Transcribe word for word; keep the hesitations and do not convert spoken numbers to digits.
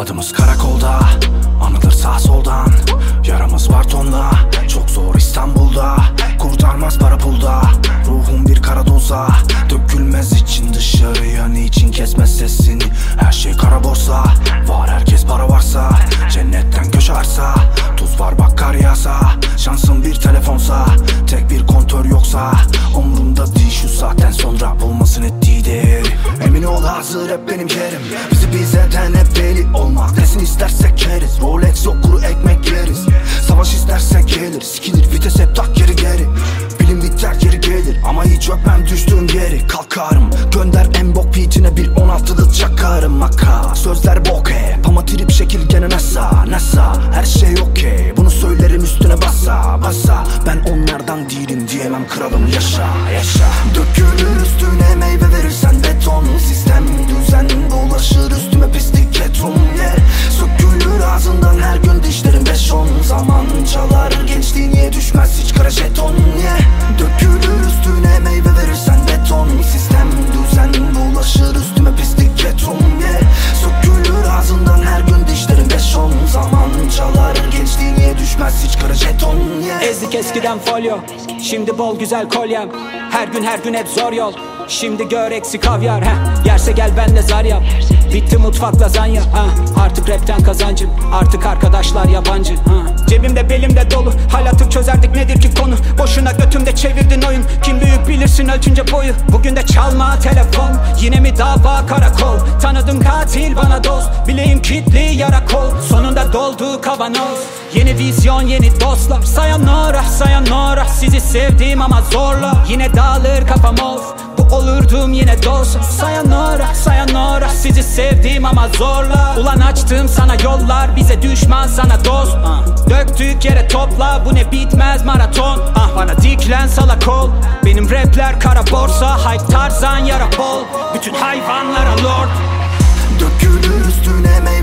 Adımız karakolda, anılır sağ soldan. Yaramız var tonla, çok zor İstanbul'da. Kurtarmaz para pulda, ruhum bir kara doza. Dökülmez için dışarıya, niçin kesmez sesini. Her şey kara borsa, var herkes para varsa. Cennetten köş arsa, tuz var bak kar yağsa. Şansın bir telefonsa, tek bir kontör yoksa. Umrumda değil şu saatten sonra bulmasın ettiği değeri. Emin ol hazır hep benim yerim. Bizi bizden hep deli olmak, nesin istersek yeriz. Rolex yok kuru ekmek yeriz. Savaş istersek gelir, sikilir vites hep tak geri geri. Bilim biter geri gelir ama hiç öpmem düştüğüm yeri. Kalkarım gönder en bok beatine bir on altılı çakarım. Maka sözler bok hep ama trip şekil gene nasa nasa. Her şey okey, bunu söylerim üstüne basa basa. Ben onlardan değilim diyemem kralım, yaşa yaşa. Dökülür üstüne meyve verirsen beton. Sistem düzen bulaşır üstüme pislik ketum yeah. Sökülür ağzından her gün dişlerim beş on. Zaman çalar gençliğin niye düşmez hiç kara jeton yeah. Dökülür üstüne meyve verirsen beton. Sistem düzen bulaşır üstüme pislik ketum yeah. Sökülür ağzından her gün dişlerim beş on. Zaman çalar gençliğin niye düşmez hiç kara jeton yeah. Ezdik eskiden folyo, şimdi bol güzel kolyem. Her gün her gün hep zor yol, şimdi gör eksi kavyar heh. Yerse gel ben de zar yap. Bitti mutfak lazanya ha. Artık rapten kazancım, artık arkadaşlar yabancı ha. Cebimde belimde dolu, hal hatır çözerdik nedir ki konu. Boşuna götümde çevirdin oyun, kim büyük bilirsin ölçünce boyu. Bugün de çalma telefon, yine mi dava karakol. Tanıdım katil bana dost, bileğim kitli yara kol. Sonunda doldu kavanoz, yeni vizyon yeni dostlar. Sayonara sayonara, sizi sevdim ama zorla. Yine dağılır kafam of, bu olurdum yine dost. Sayonara sayonara, sizi sevdim ama zorla. Ulan açtım sana yollar, bize düşman sana dost uh. Döktük yere topla, bu ne bitmez maraton uh. Bana diklen salak ol, benim rapler kara borsa. Hype tarzan yara bol, bütün hayvanlara lord. Dökülür üstüne meyve